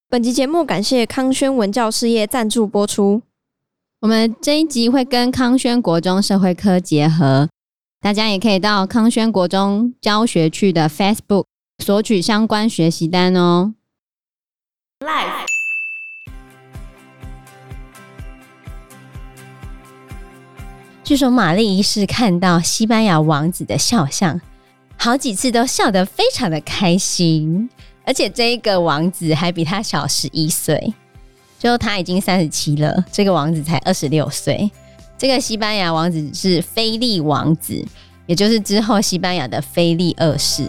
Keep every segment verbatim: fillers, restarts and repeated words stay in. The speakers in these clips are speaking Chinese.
本集节目感谢康轩文教事业赞助播出。 我们这一集会跟康轩国中社会科结合，大家也可以到康轩国中教学区的 Facebook 索取相关学习单哦。Live。据说玛丽一世看到西班牙王子的肖像，好几次都笑得非常的开心，而且这一个王子还比他小十一岁，就他已经三十七了，这个王子才二十六岁。这个西班牙王子是菲利王子，也就是之后西班牙的菲利二世。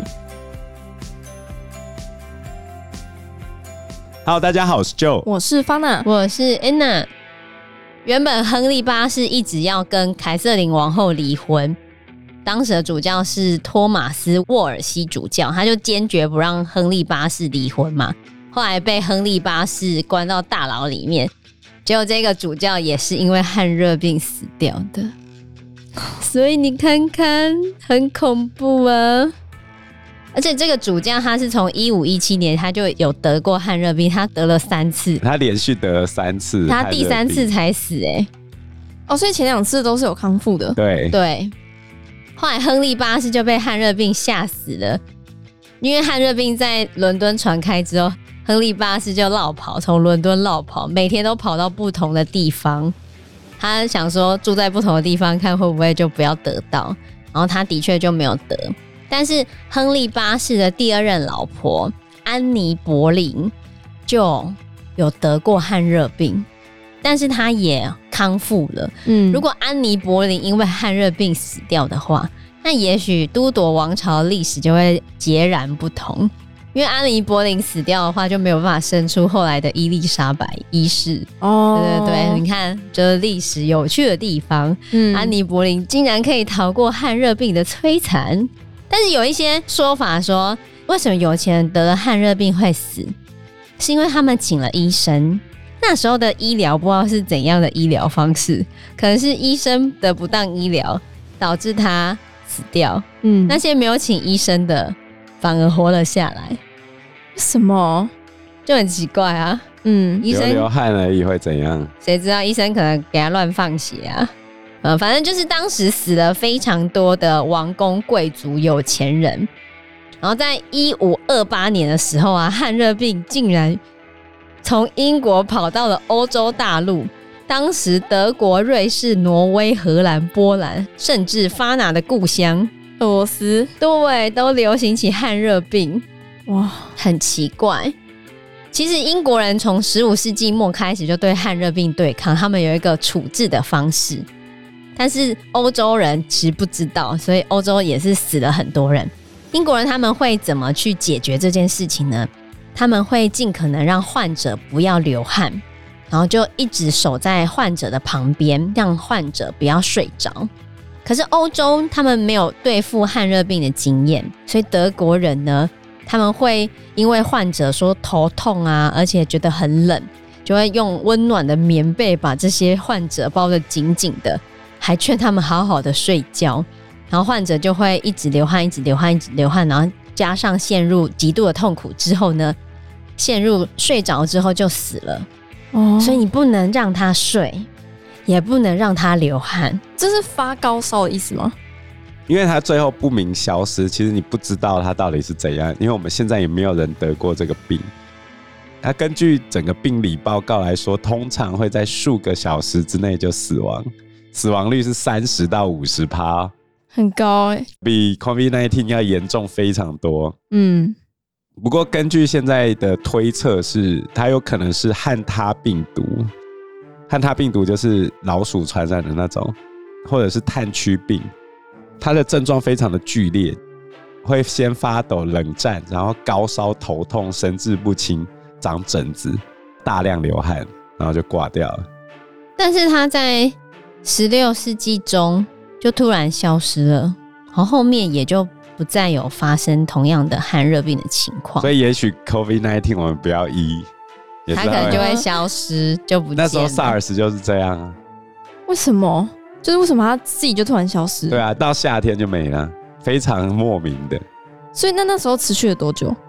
Hello， 大家好，我是 Joe， 我是方娜， 我是 Anna。原本亨利八世一直要跟凯瑟琳王后离婚，当时的主教是托马斯沃尔西主教，他就坚决不让亨利八世离婚嘛。后来被亨利八世关到大牢里面，结果这个主教也是因为汗热病死掉的。所以你看看，很恐怖啊！而且这个主教他是从一五一七年他就有得过汗热病，他得了三次， 他连续得了三次， 他第三次才死哎、欸。 哦，所以前两次都是有康复的。 对对。后来亨利八世就被汗热病吓死了，因为汗热病在伦敦传开之后，亨利八世就落跑，从伦敦落跑，每天都跑到不同的地方。他想说住在不同的地方，看会不会就不要得到。然后他的确就没有得。但是亨利八世的第二任老婆安妮柏林就有得过汗热病，但是她也康复了。嗯，如果安妮柏林因为汗热病死掉的话，那也许都铎王朝的历史就会截然不同。因为安妮柏林死掉的话，就没有办法生出后来的伊丽莎白一世。哦，对对对，你看，就是历史有趣的地方。嗯，安妮柏林竟然可以逃过汗热病的摧残。但是有一些说法说，为什么有钱人得了汗热病会死，是因为他们请了医生。那时候的医疗不知道是怎样的医疗方式，可能是医生的不当医疗导致他死掉。嗯，那些没有请医生的反而活了下来。 什么？ 就很奇怪啊。 嗯，医生流流汗而已会怎样？ 谁知道医生可能给他乱放血啊。呃，反正就是当时死了非常多的王公贵族有钱人，然后在一五二八年的时候啊，汗热病竟然从英国跑到了欧洲大陆，当时德国、瑞士、挪威、荷兰、波兰，甚至发娜的故乡俄罗斯， 对，都流行起汗热病。哇，很奇怪。其实英国人从十五世纪末开始就对汗热病对抗，他们有一个处置的方式。但是欧洲人其实不知道，所以欧洲也是死了很多人。英国人他们会怎么去解决这件事情呢？他们会尽可能让患者不要流汗，然后就一直守在患者的旁边，让患者不要睡着。可是欧洲他们没有对付汗热病的经验，所以德国人呢，他们会因为患者说头痛啊，而且觉得很冷，就会用温暖的棉被把这些患者包得紧紧的，还劝他们好好的睡觉，然后患者就会一直流汗一直流汗一直流汗，然后加上陷入极度的痛苦之后呢，陷入睡着之后就死了。哦，所以你不能让他睡，也不能让他流汗。 这是发高烧的意思吗？ 因为他最后不明消失，其实你不知道他到底是怎样，因为我们现在也没有人得过这个病。他根据整个病理报告来说，通常会在数个小时之内就死亡，死亡率是三十到五十趴， 很高哎、欸， 比 COVID 十九 要严重非常多。嗯，不过根据现在的推测是，它有可能是汉他病毒。汉他病毒就是老鼠传染的那种，或者是炭疽病。它的症状非常的剧烈，会先发抖、冷战，然后高烧、头痛、神志不清、长疹子、大量流汗，然后就挂掉了。 但是它在十六世纪中就突然消失了，然后后面也就不再有发生同样的汗热病的情况。 所以也许 COVID 十九 我们不要医， 它可能就会消失，就不见了。 那时候 SARS 就是这样啊。 为什么？就是为什么它自己就突然消失？ 对啊，到夏天就没了，非常莫名的。 所以那那时候持续了多久？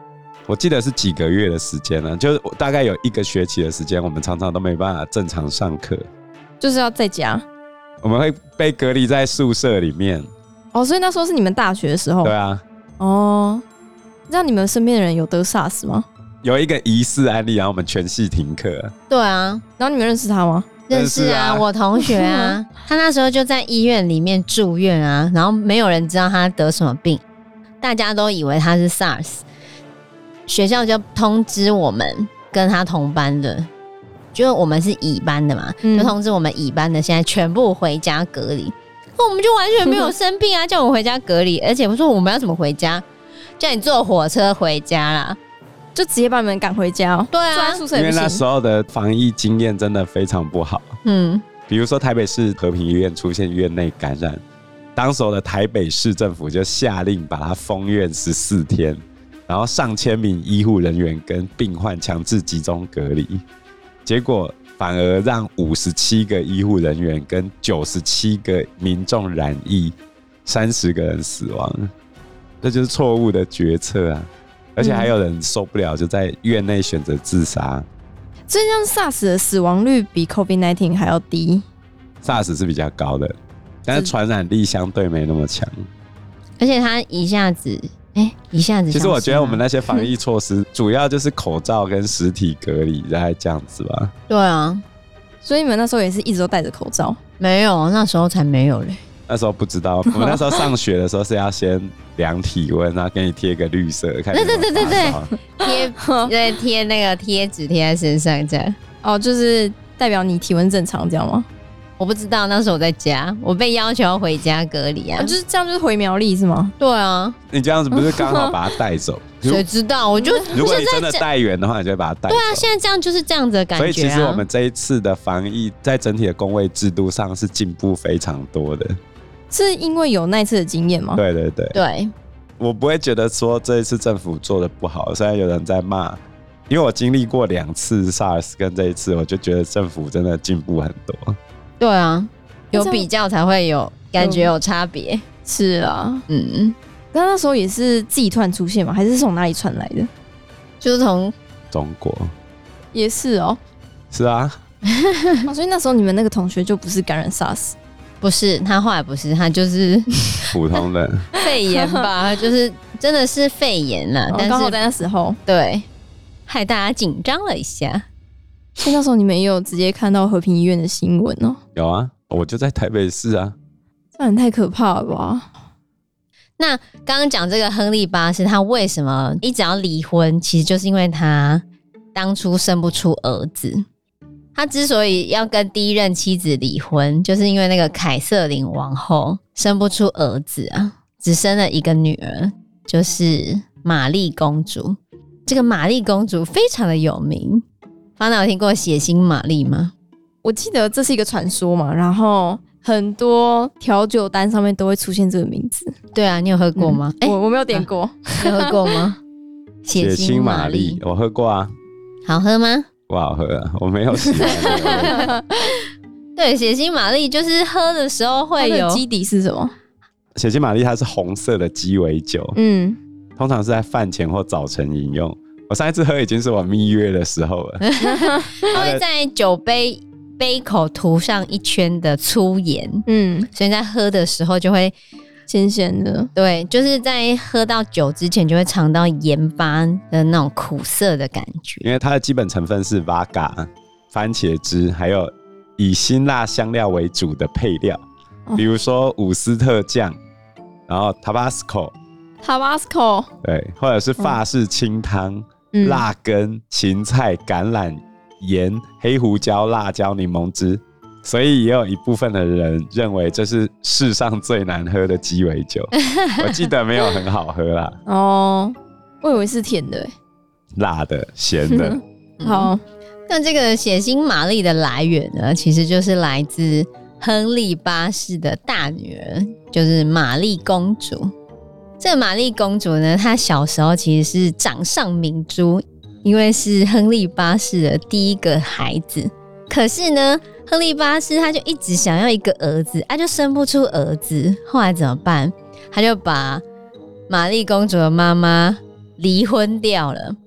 我记得是几个月的时间呢，就是大概有一个学期的时间，我们常常都没办法正常上课， 就是要在家， 我们会被隔离在宿舍里面。 哦，所以那时候是你们大学的时候？ 对啊。 哦，这样你们身边的人有得 SARS 吗？ 有一个疑似案例，然后我们全系停课。 对啊， 然后你们认识他吗？ 认识啊，我同学啊，他那时候就在医院里面住院啊，然后没有人知道他得什么病，大家都以为他是 SARS， 学校就通知我们跟他同班的，就我们是乙班的嘛，嗯、就通知我们乙班的现在全部回家隔离，我们就完全没有生病啊，叫我们回家隔离，而且我说我们要怎么回家？叫你坐火车回家啦。 就直接把你们赶回家哦。 对啊， 坐在宿舍也不行。 因为那时候的防疫经验真的非常不好。嗯，比如说台北市和平医院出现院内感染，当时的台北市政府就下令把它封院十四天，然后上千名医护人员跟病患强制集中隔离，结果反而让五十七个医护人员跟九十七个民众染疫，三十个人死亡，这就是错误的决策啊！而且还有人受不了，就在院内选择自杀。 所以这样 SARS 的死亡率比 COVID 十九 还要低。 SARS 是比较高的，但是传染力相对没那么强。 而且它一下子，哎、欸，一下子。 其实我觉得我们那些防疫措施，主要就是口罩跟实体隔离，大概这样子吧。 对啊， 所以你们那时候也是一直都戴着口罩？ 没有，那时候才没有嘞。 那时候不知道，我们那时候上学的时候是要先量体温，然后给你贴个绿色，看对对对对对，贴对贴那个贴纸贴在身上这样。 哦，就是代表你体温正常这样吗？ 我不知道，那时候我在家，我被要求要回家隔离啊、哦， 就是这样，就是回苗栗是吗？ 对啊， 你这样子不是刚好把它带走？ 谁知道？我就如果你真的带远的话，你就会把它带走。 对啊，现在这样就是这样子的感觉、啊。 所以其实我们这一次的防疫，在整体的公卫制度上是进步非常多的。 是因为有那一次的经验吗？ 对对对对， 我不会觉得说这一次政府做的不好，虽然有人在骂，因为我经历过两次 SARS 跟这一次，我就觉得政府真的进步很多。 对啊，有比较才会有感觉有差别。 是啊，嗯，但那时候也是自己突然出现吗？还是从哪里传来的？ 就是从中国。 也是哦。 是啊。 哦，所以那时候你们那个同学就不是感染 SARS。 不是，他后来不是，他就是普通的肺炎吧，就是真的是肺炎啦。 哦、 但是刚好在那时候， 对，害大家紧张了一下。 所以那时候你们也有直接看到和平医院的新闻哦？ 有啊，我就在台北市啊。 这很太可怕了吧？ 那刚刚讲这个亨利八世，他为什么一直要离婚？其实就是因为他当初生不出儿子。他之所以要跟第一任妻子离婚，就是因为那个凯瑟琳王后生不出儿子啊，只生了一个女儿，就是玛丽公主。这个玛丽公主非常的有名，方娜有听过血腥玛丽吗？ 我记得这是一个传说嘛，然后很多调酒单上面都会出现这个名字。 对啊，你有喝过吗？ 嗯欸、我我没有点过，啊、 你有喝过吗？ 血腥玛丽，我喝过啊。 好喝吗？ 不好喝啊，我没有喜欢。 对，血腥玛丽就是喝的时候会有。 它的基底是什么？ 血腥玛丽它是红色的鸡尾酒，嗯，通常是在饭前或早晨饮用。我上一次喝已经是我蜜月的时候了。 它会在酒杯杯口涂上一圈的粗盐，嗯，所以在喝的时候就会咸咸的。 对，就是在喝到酒之前就会尝到盐巴的那种苦涩的感觉。 因为它的基本成分是 Vodka、番茄汁，还有以辛辣香料为主的配料，哦、比如说伍斯特酱，然后 Tabasco、Tabasco， 对，或者是法式清汤、嗯、辣根、芹菜、橄榄、盐、黑胡椒、辣椒、柠檬汁。所以也有一部分的人认为这是世上最难喝的鸡尾酒。我记得没有很好喝啦。 哦，我以为是甜的耶。 辣的、咸的。 好， 那这个血腥玛丽的来源呢，其实就是来自亨利八世的大女儿，就是玛丽公主。这个玛丽公主呢，她小时候其实是掌上明珠，因为是亨利八世的第一个孩子。可是呢，亨利八世他就一直想要一个儿子，他、啊、就生不出儿子。后来怎么办？他就把玛丽公主的妈妈离婚掉了，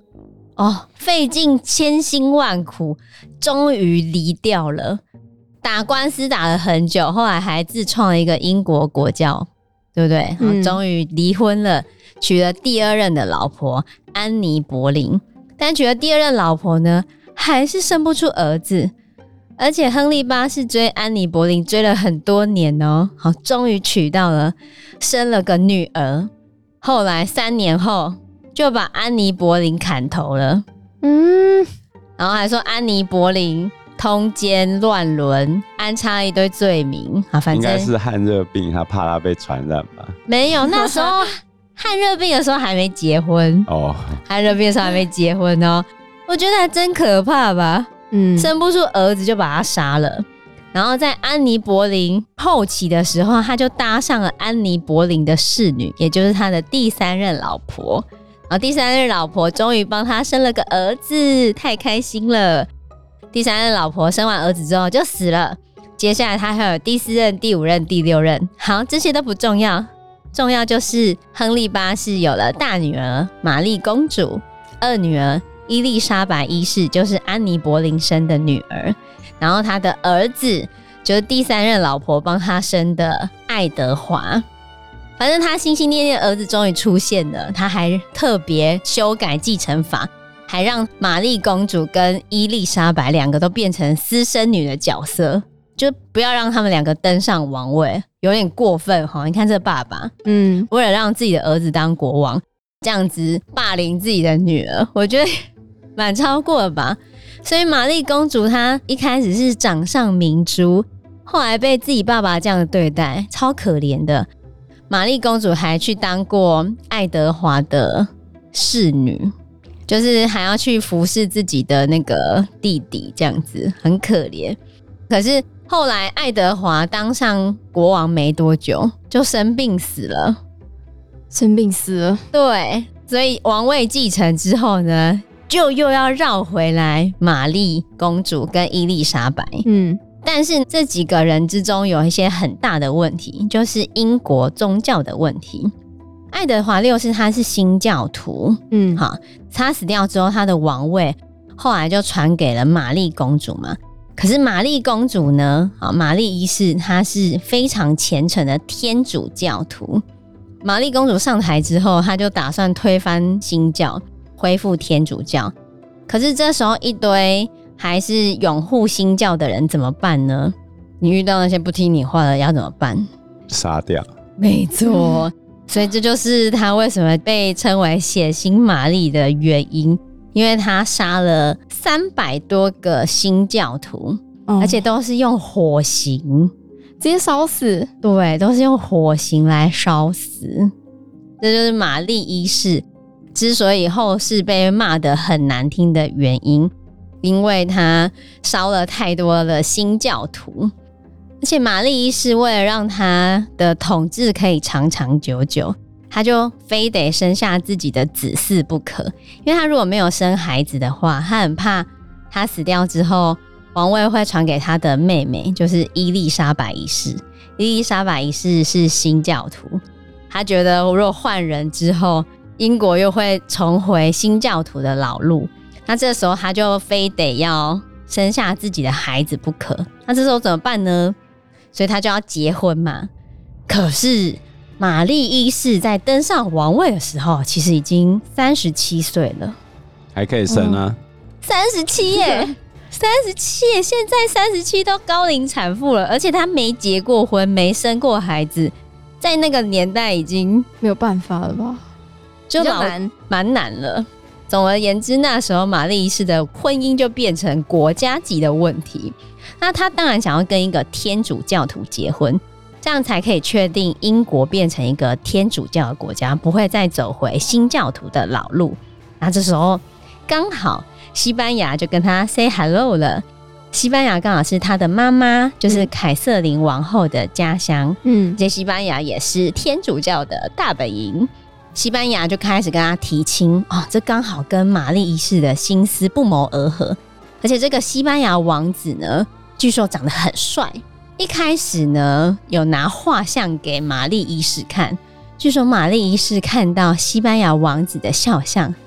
哦，费尽千辛万苦，终于离掉了。打官司打了很久，后来还自创了一个英国国教，对不对？然后终于离婚了，娶了第二任的老婆安妮·柏林。但娶了第二任老婆呢，还是生不出儿子。而且亨利八世追安妮·柏林追了很多年哦，好，终于娶到了，生了个女儿。后来三年后就把安妮·柏林砍头了，嗯，然后还说安妮·柏林通奸乱伦，安插一堆罪名啊，反正应该是汗热病，他怕他被传染吧？ 没有，那时候汗热病的时候还没结婚哦，汗热病的时候还没结婚哦，我觉得还真可怕吧。嗯，生不出儿子就把他杀了。然后在安妮·柏林后期的时候，他就搭上了安妮·柏林的侍女，也就是他的第三任老婆。然后第三任老婆终于帮他生了个儿子，太开心了。第三任老婆生完儿子之后就死了，接下来他还有第四任、第五任、第六任。好，这些都不重要，重要就是亨利八世有了大女儿玛丽公主，二女儿伊丽莎白一世就是安妮·柏林生的女儿，然后他的儿子就是第三任老婆帮他生的爱德华。反正他心心念念儿子终于出现了，他还特别修改继承法，还让玛丽公主跟伊丽莎白两个都变成私生女的角色，就不要让他们两个登上王位，有点过分齁。你看这爸爸，嗯，为了让自己的儿子当国王，这样子霸凌自己的女儿，我觉得蛮超过了吧。所以玛丽公主她一开始是掌上明珠，后来被自己爸爸这样的对待，超可怜的。玛丽公主还去当过爱德华的侍女，就是还要去服侍自己的那个弟弟，这样子很可怜。可是后来爱德华当上国王没多久就生病死了， 生病死了， 对，所以王位继承之后呢，就又要绕回来玛丽公主跟伊丽莎白。嗯，但是这几个人之中有一些很大的问题，就是英国宗教的问题。爱德华六世他是新教徒，嗯，好，他死掉之后，他的王位后来就传给了玛丽公主嘛。可是玛丽公主呢，好，玛丽一世她是非常虔诚的天主教徒。玛丽公主上台之后，她就打算推翻新教，恢复天主教。可是这时候一堆还是拥护新教的人怎么办呢？你遇到那些不听你话的要怎么办？ 杀掉。 没错，所以这就是他为什么被称为血腥玛丽的原因，因为他杀了三百多个新教徒，哦，而且都是用火刑直接烧死。 对，都是用火刑来烧死。这就是玛丽一世之所以后世被骂得很难听的原因，因为他烧了太多的新教徒。而且玛丽一世为了让他的统治可以长长久久，他就非得生下自己的子嗣不可。因为他如果没有生孩子的话，他很怕他死掉之后王位会传给他的妹妹，就是伊丽莎白一世。伊丽莎白一世是新教徒，他觉得如果换人之后，英国又会重回新教徒的老路，那这时候他就非得要生下自己的孩子不可。那这时候怎么办呢？所以他就要结婚嘛。可是玛丽一世在登上王位的时候，其实已经三十七岁了， 还可以生啊。 三十七耶，三十七耶！现在三十七都高龄产妇了，而且她没结过婚，没生过孩子，在那个年代已经没有办法了吧？ 就蛮蛮难了。总而言之，那时候玛丽一世的婚姻就变成国家级的问题。那她当然想要跟一个天主教徒结婚，这样才可以确定英国变成一个天主教的国家，不会再走回新教徒的老路。那这时候刚好西班牙就跟他 say hello 了。西班牙刚好是他的妈妈，就是凯瑟琳王后的家乡，嗯，这西班牙也是天主教的大本营。西班牙就开始跟他提亲，哦，这刚好跟玛丽一世的心思不谋而合。而且这个西班牙王子呢，据说长得很帅。一开始呢，有拿画像给玛丽一世看，据说玛丽一世看到西班牙王子的肖像，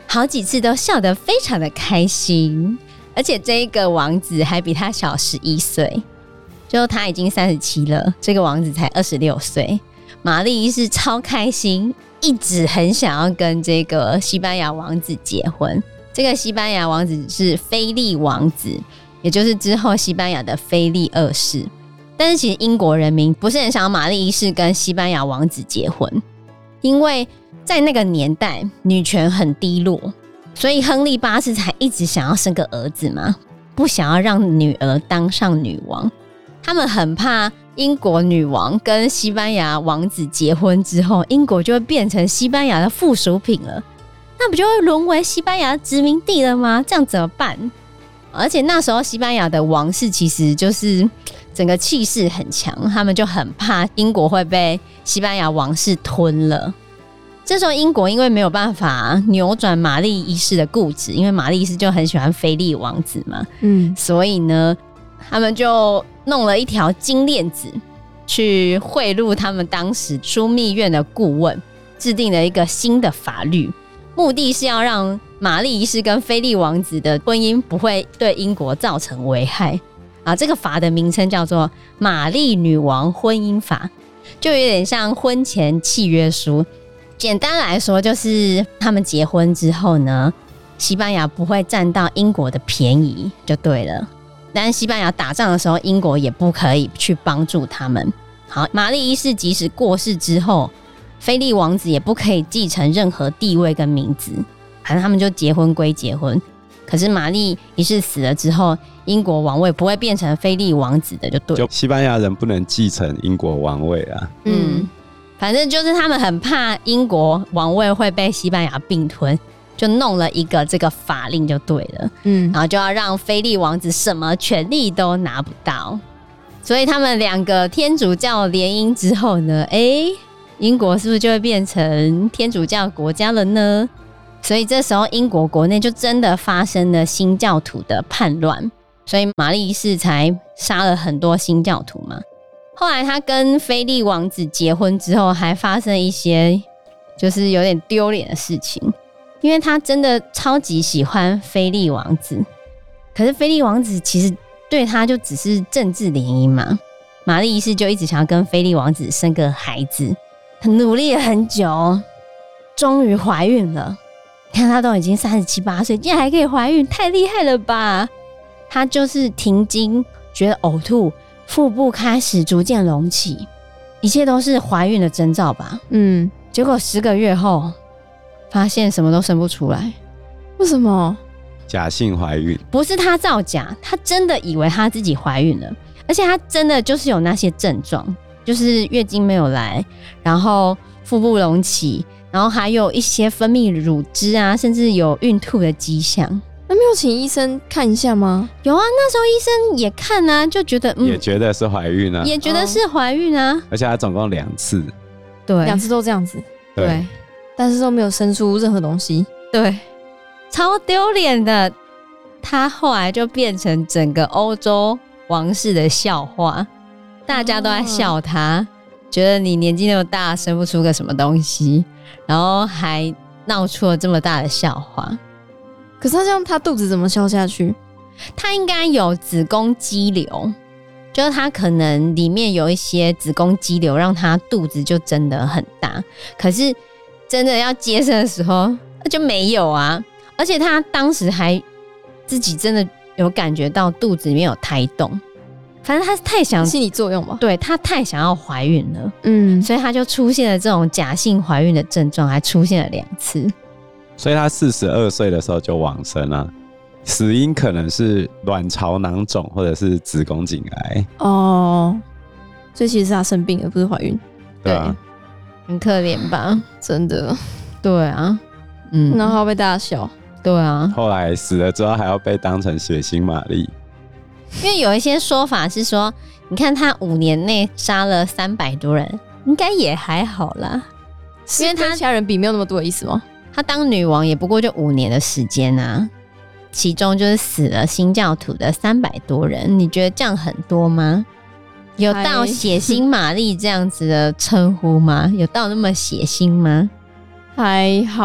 好几次都笑得非常的开心，而且这个王子还比他小十一岁，就他已经三十七了，这个王子才二十六岁。玛丽一世超开心，一直很想要跟这个西班牙王子结婚。这个西班牙王子是菲利王子，也就是之后西班牙的菲利二世。但是其实英国人民不是很想要玛丽一世跟西班牙王子结婚，因为在那个年代女权很低落，所以亨利八世才一直想要生个儿子嘛，不想要让女儿当上女王。他们很怕英国女王跟西班牙王子结婚之后，英国就会变成西班牙的附属品了，那不就会沦为西班牙殖民地了吗？这样怎么办？而且那时候西班牙的王室其实就是整个气势很强，他们就很怕英国会被西班牙王室吞了。这时候英国因为没有办法扭转玛丽一世的固执，因为玛丽一世就很喜欢菲利王子嘛，嗯，所以呢他们就弄了一条金链子去贿赂他们当时枢密院的顾问，制定了一个新的法律，目的是要让玛丽一世跟菲利王子的婚姻不会对英国造成危害啊。这个法的名称叫做玛丽女王婚姻法，就有点像婚前契约书。简单来说就是他们结婚之后呢，西班牙不会占到英国的便宜就对了，但西班牙打仗的时候英国也不可以去帮助他们。好，玛丽一世即使过世之后，菲利王子也不可以继承任何地位跟名字，反正他们就结婚归结婚。可是玛丽一世死了之后，英国王位不会变成菲利王子的就对了， 就西班牙人不能继承英国王位啊。 嗯，反正就是他们很怕英国王位会被西班牙并吞，就弄了一个这个法令就对了。嗯，然后就要让菲利王子什么权利都拿不到。所以他们两个天主教联姻之后呢，诶英国是不是就会变成天主教国家了呢？所以这时候英国国内就真的发生了新教徒的叛乱，所以玛丽一世才杀了很多新教徒嘛。后来他跟菲利王子结婚之后，还发生一些就是有点丢脸的事情，因为他真的超级喜欢菲利王子，可是菲利王子其实对他就只是政治联姻嘛。玛丽一世就一直想要跟菲利王子生个孩子，很努力了很久，终于怀孕了。看她都已经三十七八岁，竟然还可以怀孕，太厉害了吧！她就是停经，觉得呕吐，腹部开始逐渐隆起，一切都是怀孕的征兆吧？嗯，结果十个月后，发现什么都生不出来。 为什么？ 假性怀孕？ 不是她造假，她真的以为她自己怀孕了，而且她真的就是有那些症状，就是月经没有来，然后腹部隆起。然后还有一些分泌乳汁啊，甚至有孕吐的迹象。 那没有请医生看一下吗？ 有啊，那时候医生也看啊，就觉得、 嗯、也觉得是怀孕啊， 也觉得是怀孕啊。 而且他总共两次， 对， 两次都这样子， 对， 对， 但是都没有生出任何东西， 对，超丢脸的。他后来就变成整个欧洲王室的笑话，大家都在笑他。哦，觉得你年纪那么大生不出个什么东西，然后还闹出了这么大的笑话。 可是他这样他肚子怎么消下去？ 他应该有子宫肌瘤，就是他可能里面有一些子宫肌瘤，让他肚子就真的很大，可是真的要接生的时候就没有啊。而且他当时还自己真的有感觉到肚子里面有胎动，反正他太想心理作用吧， 对，他太想要怀孕了，嗯，所以他就出现了这种假性怀孕的症状，还出现了两次。 所以他四十二岁的时候就往生了，死因可能是卵巢囊肿或者是子宫颈癌。 哦，所以其实是他生病了，不是怀孕。 对啊， 很可怜吧？ 真的。 对啊，嗯， 然后要被大家笑。 对啊， 后来死了之后还要被当成血腥玛丽。 因为有一些说法是说，你看他五年内杀了三百多人，应该也还好啦。 因为他跟其他人比没有那么多的意思吗？ 他当女王也不过就五年的时间啊，其中就是死了新教徒的三百多人，你觉得这样很多吗？有到血腥玛丽这样子的称呼吗？有到那么血腥吗？ 还好，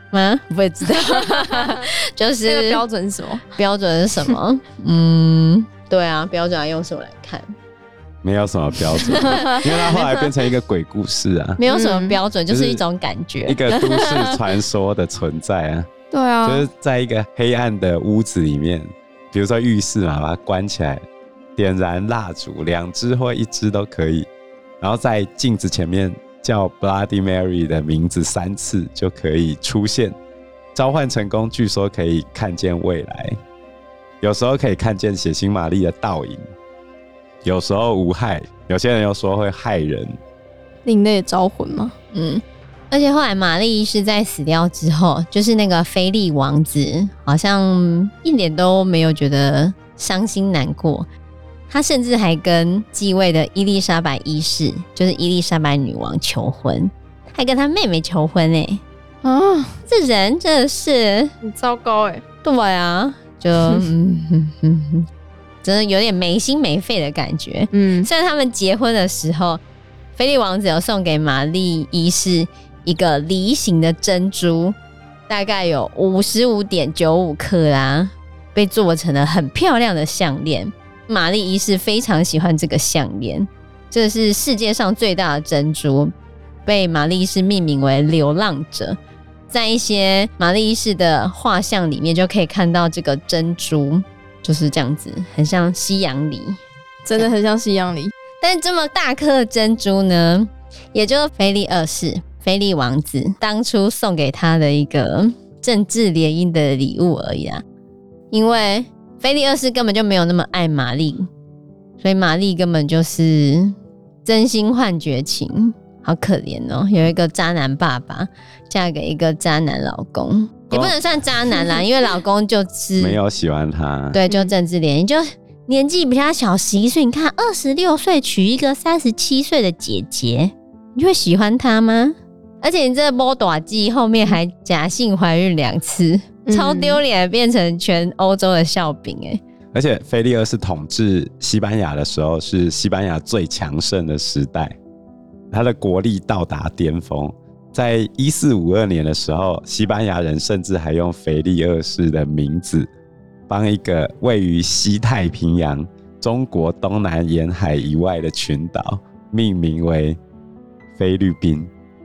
吗？不会知道，就是这个标准是什么？ 标准是什么？嗯，对啊，标准要用什么来看？ 没有什么标准，因为它后来变成一个鬼故事啊， 没有什么标准， 嗯、 就是一种感觉， 一个都市传说的存在啊。 对啊， 就是在一个黑暗的屋子里面，比如说浴室嘛，把它关起来，点燃蜡烛，两支或一支都可以，然后在镜子前面叫 Bloody Mary 的名字三次就可以出现，召唤成功，据说可以看见未来，有时候可以看见血腥玛丽的倒影，有时候无害，有些人又说会害人， 另类招魂吗？ 嗯。而且后来玛丽是在死掉之后，就是那个菲利王子好像一点都没有觉得伤心难过，他甚至还跟继位的伊丽莎白一世，就是伊丽莎白女王求婚，还跟他妹妹求婚哎、欸、啊，这人真的是很糟糕哎、欸。 对啊，就嗯嗯嗯，真的有点没心没肺的感觉。嗯，虽然他们结婚的时候，菲利王子有送给玛丽一世一个梨形的珍珠，大概有 五十五点九五 克拉，被做成了很漂亮的项链。玛丽一世非常喜欢这个项链，这是世界上最大的珍珠，被玛丽一世命名为流浪者。在一些玛丽一世的画像里面就可以看到这个珍珠就是这样子，很像西洋梨， 真的很像西洋梨。 但是这么大颗的珍珠呢，也就是菲利二世菲利王子当初送给他的一个政治联姻的礼物而已啊。因为菲利二世根本就没有那么爱玛丽，所以玛丽根本就是真心换绝情，好可怜哦，有一个渣男爸爸嫁给一个渣男老公，也不能算渣男啦，因为老公就是没有喜欢他， 对，就政治联姻，就年纪比他小十一岁，你看二十六岁娶一个三十七岁的姐姐，你会喜欢他吗？而且你这波短季后面还假性怀孕两次，嗯、超丢脸，变成全欧洲的笑柄哎。 而且菲利二世统治西班牙的时候，是西班牙最强盛的时代，他的国力到达巅峰。在一四五二年的时候，西班牙人甚至还用腓力二世的名字帮一个位于西太平洋中国东南沿海以外的群岛命名为菲律宾。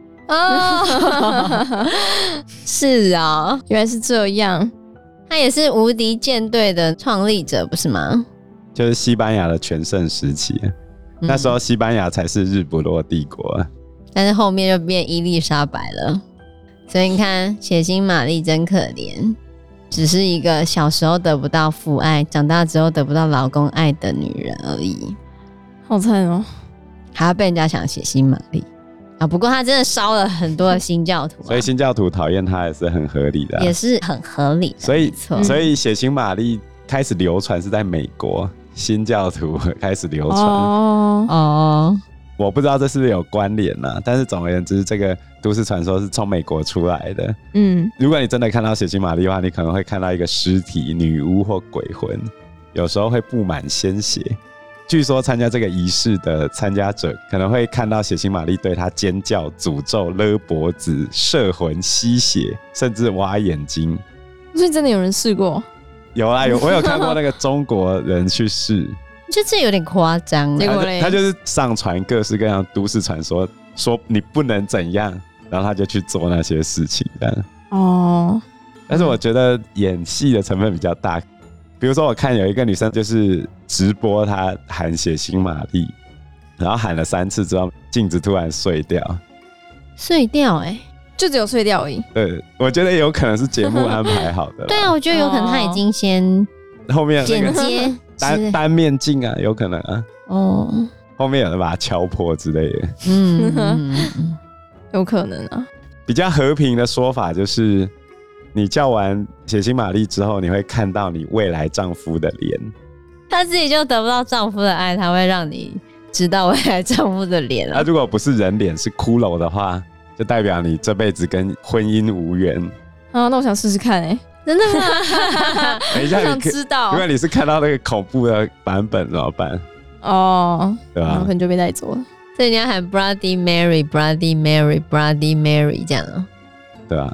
哦，是啊， 原来是这样。 他也是无敌舰队的创立者，不是吗？ 就是西班牙的全盛时期，嗯、那时候西班牙才是日不落帝国， 但是后面就变伊丽莎白了。所以你看，血腥玛丽真可怜，只是一个小时候得不到父爱，长大之后得不到老公爱的女人而已。 好惨哦， 还要被人家想血腥玛丽啊！不过他真的烧了很多的新教徒、啊， 所以新教徒讨厌他也是很合理的、啊， 也是很合理的。 所以，所以血腥玛丽开始流传是在美国，新教徒开始流传。 哦哦， 我不知道这是不是有关联啊，但是总而言之，这个都市传说是从美国出来的。嗯，如果你真的看到血腥玛丽的话，你可能会看到一个尸体、女巫或鬼魂，有时候会布满鲜血。据说参加这个仪式的参加者可能会看到血腥玛丽对他尖叫、诅咒、勒脖子、摄魂、吸血，甚至挖眼睛。 所以真的有人试过？ 有啊，有，我有看过那个中国人去试。 就这有点夸张， 结果嘞， 他就是上传各式各样都市传说，说你不能怎样，然后他就去做那些事情这样。哦，但是我觉得演戏的成分比较大。比如说我看有一个女生就是直播她喊血腥玛丽，然后喊了三次之后镜子突然碎掉。 碎掉哎、欸， 就只有碎掉而已。 对，我觉得有可能是节目安排好的。 对啊，我觉得有可能他已经先后面剪接单单面镜啊，有可能啊。哦，后面有人把它敲破之类的。 嗯，有可能啊。 比较和平的说法就是，你叫完血腥玛丽之后，你会看到你未来丈夫的脸。 她自己就得不到丈夫的爱，她会让你知道未来丈夫的脸、啊。 那、啊、如果不是人脸，是骷髅的话，就代表你这辈子跟婚姻无缘。 啊，那我想试试看哎、欸。真的吗？ 等一下， 我想知道。 因为你是看到那个恐怖的版本怎么办？ 哦， 对吧？ 可能就被带走了。 所以你要喊 Bloody Mary, Bloody Mary, Bloody Mary 这样哦。 对吧？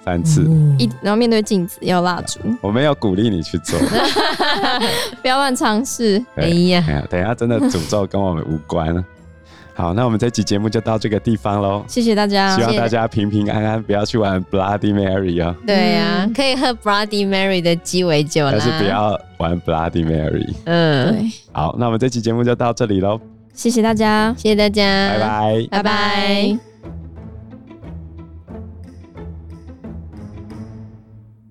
三次， 一然后面对镜子要蜡烛。 我没有鼓励你去做， 不要乱尝试。 哎呀， 哎呀，等一下真的诅咒跟我们无关。好，那我们这期节目就到这个地方咯， 谢谢大家， 希望大家平平安安，不要去玩 Bloody Mary 哦。 对呀、啊，可以喝 Bloody Mary 的鸡尾酒啦， 但是不要玩 Bloody Mary。 嗯， 对， 好，那我们这期节目就到这里咯， 谢谢大家， 谢谢大家， 拜拜。 拜拜。